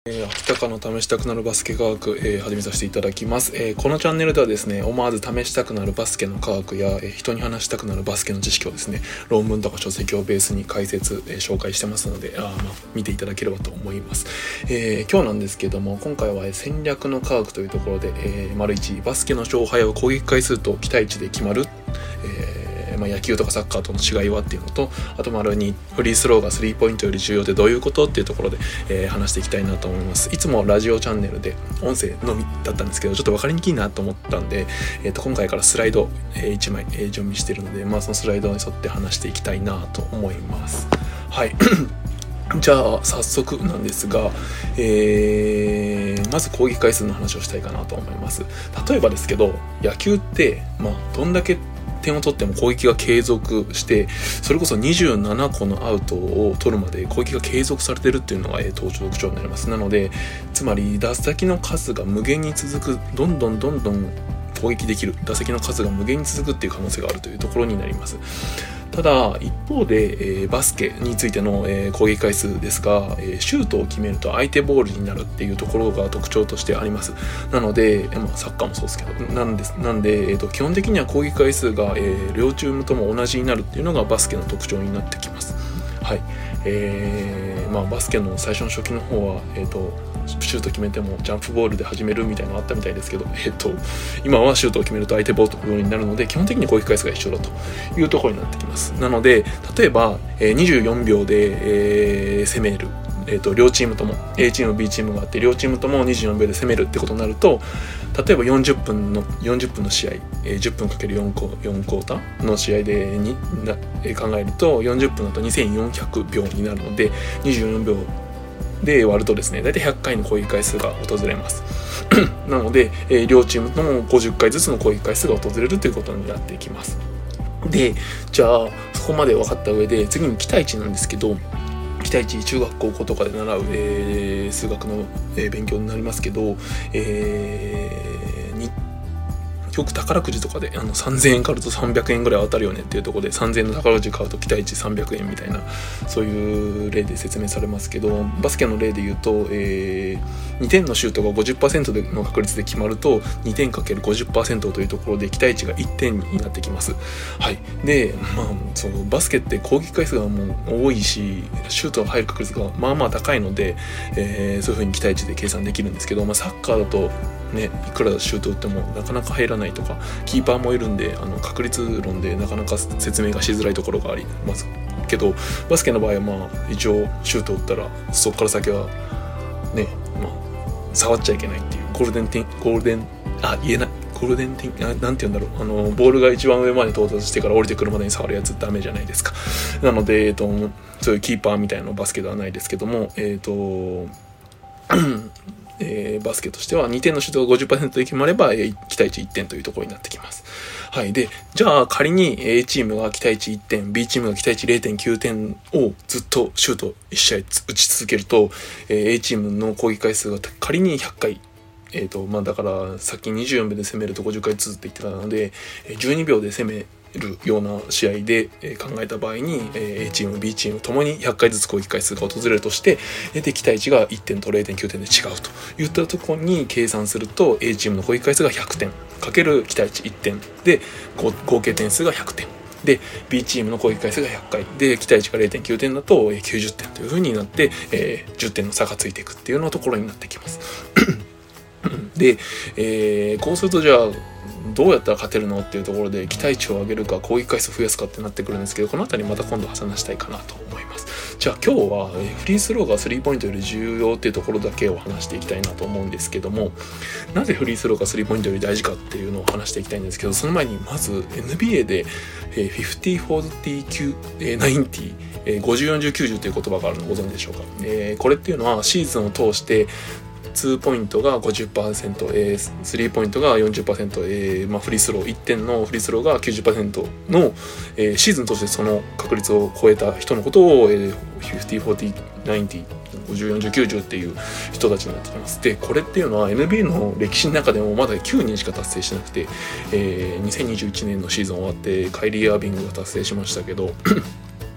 秋高の試したくなるバスケ科学、始めさせていただきます。このチャンネルではですね、思わず試したくなるバスケの科学や、人に話したくなるバスケの知識をですね、論文とか書籍をベースに解説、紹介してますので、見ていただければと思います。今日なんですけども、今回は戦略の科学というところで、丸1、バスケの勝敗は攻撃回数と期待値で決まる。野球とかサッカーとの違いはっていうのと、あと丸2、フリースローがスリーポイントより重要ってどういうことっていうところで、話していきたいなと思います。いつもラジオチャンネルで音声のみだったんですけど、ちょっと分かりにくいなと思ったんで、今回からスライド、1枚、準備しているので、そのスライドに沿って話していきたいなと思います。はいじゃあ早速なんですが、まず攻撃回数の話をしたいかなと思います。例えばですけど、野球ってどんだけ点を取っても攻撃が継続して、それこそ27個のアウトを取るまで攻撃が継続されてるっていうのが特徴になります。なので、つまり打席の数が無限に続く、どんどん攻撃できる打席の数が無限に続くっていう可能性があるというところになります。ただ一方で、バスケについての、攻撃回数ですが、シュートを決めると相手ボールになるっていうところが特徴としてあります。なので、サッカーもそうですけど、なんで、基本的には攻撃回数が、両チームとも同じになるっていうのがバスケの特徴になってきます。はい。バスケの最初の初期の方は、シュート決めてもジャンプボールで始めるみたいなのあったみたいですけど、今はシュートを決めると相手ボールになるので、基本的に攻撃回数が一緒だというところになってきます。なので、例えば、24秒で、攻める、両チームとも A チーム B チームがあって、両チームとも24秒で攻めるってことになると、例えば40分の試合、10分 ×4 クォーターの試合で考えると、40分だと2400秒になるので、24秒で割るとですね、だいたい100回の攻撃回数が訪れますなので、両チームとも50回ずつの攻撃回数が訪れるということになってきます。で、じゃあそこまで分かった上で、次に期待値なんですけど、期待値、中学高校とかで習う、数学の、勉強になりますけど、よく宝くじとかで3000円買うと300円ぐらい当たるよねっていうところで、3000円の宝くじ買うと期待値300円みたいな、そういう例で説明されますけど、バスケの例で言うと、2点のシュートが 50% の確率で決まると、2点 ×50% というところで期待値が1点になってきます。はい。で、バスケって攻撃回数がもう多いし、シュートが入る確率が高いので、そういう風に期待値で計算できるんですけど、サッカーだとね、いくらシュート打ってもなかなか入らないとか、キーパーもいるんで、確率論でなかなか説明がしづらいところがありますけど、バスケの場合は一応シュート打ったらそこから先はね、触っちゃいけないっていうゴールデンティンなんて言うんだろう、ボールが一番上まで到達してから降りてくるまでに触るやつダメじゃないですか。なので、そういうキーパーみたいなバスケではないですけども、バスケとしては2点のシュートが 50% で決まれば、期待値1点というところになってきます。はい。で、じゃあ仮に A チームが期待値1点、B チームが期待値 0.9 点をずっとシュート1試合打ち続けると、A チームの攻撃回数が仮に100回、だからさっき24秒で攻めると50回ずつって言ってたので、12秒で攻めるような試合で考えた場合に、A チーム B チームともに100回ずつ攻撃回数が訪れるとして、で期待値が1点と 0.9 点で違うといったところに計算すると、 A チームの攻撃回数が100点かける期待値1点で合計点数が100点で、 B チームの攻撃回数が100回で期待値が 0.9 点だと90点という風になって、10点の差がついていくっていうようなところになってきますで、こうすると、じゃあどうやったら勝てるのっていうところで、期待値を上げるか攻撃回数を増やすかってなってくるんですけど、このあたりまた今度話したいかなと思います。じゃあ今日はフリースローがスリーポイントより重要っていうところだけを話していきたいなと思うんですけども、なぜフリースローがスリーポイントより大事かっていうのを話していきたいんですけど、その前にまず NBA で50、40、90、50、40、90という言葉があるのをご存知でしょうか。これっていうのはシーズンを通して2ポイントが 50%、スリーポイントが 40%、フリースロー1点のフリースローが 90% の、シーズンとしてその確率を超えた人のことを、50、40、90、50、40、90っていう人たちになってきます。で、これっていうのは NBA の歴史の中でもまだ9人しか達成してなくて、2021年のシーズン終わってカイリー・アービングが達成しましたけど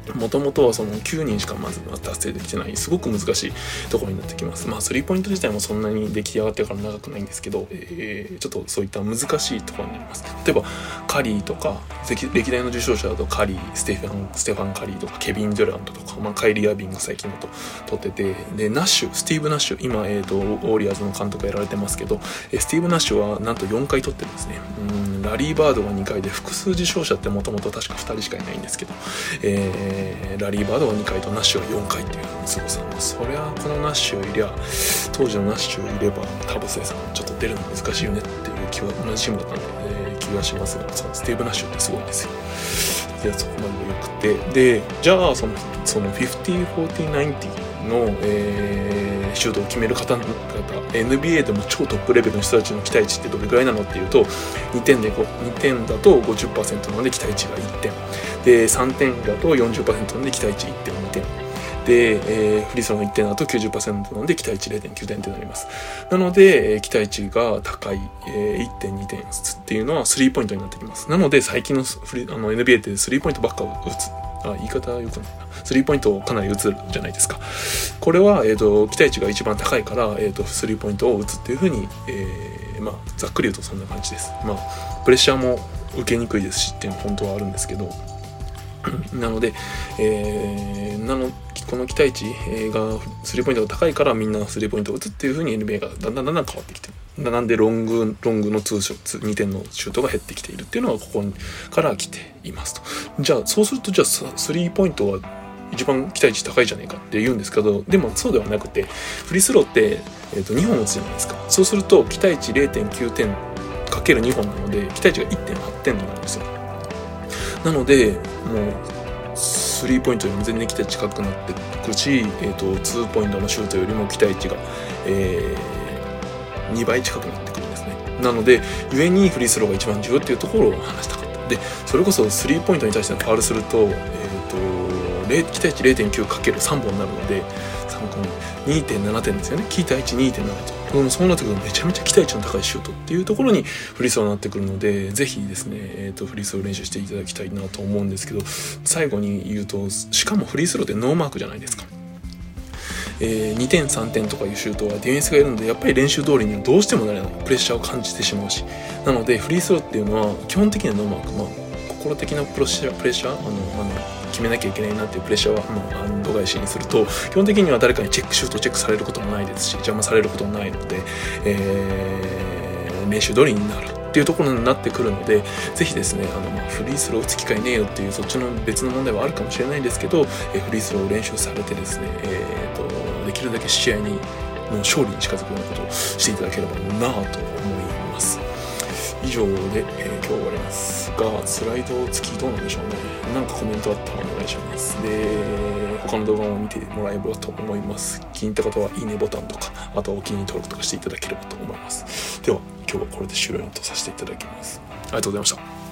もともとはその9人しかまず達成できてない、すごく難しいところになってきます。スリーポイント自体もそんなに出来上がってから長くないんですけど、ちょっとそういった難しいところになります。例えばカリーとか、歴代の受賞者だとカリー、ステファン・カリーとか、ケビン・デュラントとか、カイリー・アービングが最近だと取ってて、で、スティーブ・ナッシュ、今、ウォーリアーズの監督やられてますけど、スティーブ・ナッシュはなんと4回取ってるんですね。ラリー・バードが2回で、複数受賞者ってもともと確か2人しかいないんですけど、ラリー・バードは2回とナッシュは4回っていうすごさ。そりゃこのナッシュいりゃ、当時のナッシュいれば田臥さんちょっと出るの難しいよねっていう気は、同じチームだったんで、気がしますが、スティーブ・ナッシュってすごいんですよ。でそこまで良くて、でじゃあその50、40、90の、シュートを決める方 NBA でも超トップレベルの人たちの期待値ってどれくらいなのっていうと、2点だと 50% なので期待値が1点で、3点だと 40% なので期待値 1.2 点で、フリースローの1点だと 90% なので期待値 0.9 点となります。なので、期待値が高い、1.2 点っていうのはスリーポイントになってきます。なので最近のNBA ってスリーポイントばっか打つ、言い方良くないな、スリーポイントをかなり打つじゃないですか。これは、期待値が一番高いから、スリーポイントを打つっていう風に、ざっくり言うとそんな感じです。プレッシャーも受けにくいですしっていうのは本当はあるんですけど、なので、この期待値がスリーポイントが高いからみんなスリーポイントを打つっていう風に NBA がだんだん変わってきてる。なんでロングの2点のシュートが減ってきているっていうのはここから来ていますと。じゃあそうすると、じゃあスリーポイントは一番期待値高いじゃないかって言うんですけど、でもそうではなくて、フリースローって、2本打つじゃないですか。そうすると期待値 0.9 点かける2本なので期待値が 1.8 点になるんですよ。なのでもうスリーポイントよりも全然期待値高くなってくるし、2ポイントのシュートよりも期待値が、2倍近くなってくるんですね。なので故にフリースローが一番重要っていうところを話したかった。でそれこそスリーポイントに対してのファウルすると、期待値 0.9 かける3本になるので 2.7 点ですよね。期待値 2.7 と、そうなってくるとめちゃめちゃ期待値の高いシュートっていうところにフリースローになってくるので、ぜひですね、フリースロー練習していただきたいなと思うんですけど、最後に言うと、しかもフリースローってノーマークじゃないですか。2点3点とかいうシュートはディフェンスがいるので、やっぱり練習通りにはどうしてもなれない、プレッシャーを感じてしまうし、なのでフリースローっていうのは基本的にはノーマーク、心的なプレッシャー決めなきゃいけないなっていうプレッシャーは度外視にすると、基本的には誰かにシュートチェックされることもないですし、邪魔されることもないので、練習通りになるっていうところになってくるので、ぜひですね、フリースロー打つ機会ねえよっていうそっちの別の問題はあるかもしれないですけど、フリースローを練習されてですね、できるだけ試合の勝利に近づくようなことをしていただければなぁと思います。以上で、今日終わりますが、スライド付きどうなんでしょうね。なんかコメントあったらお願いします。で、他の動画も見てもらえればと思います。気に入った方はいいねボタンとか、あとはお気に入り登録とかしていただければと思います。では今日はこれで終了とさせていただきます。ありがとうございました。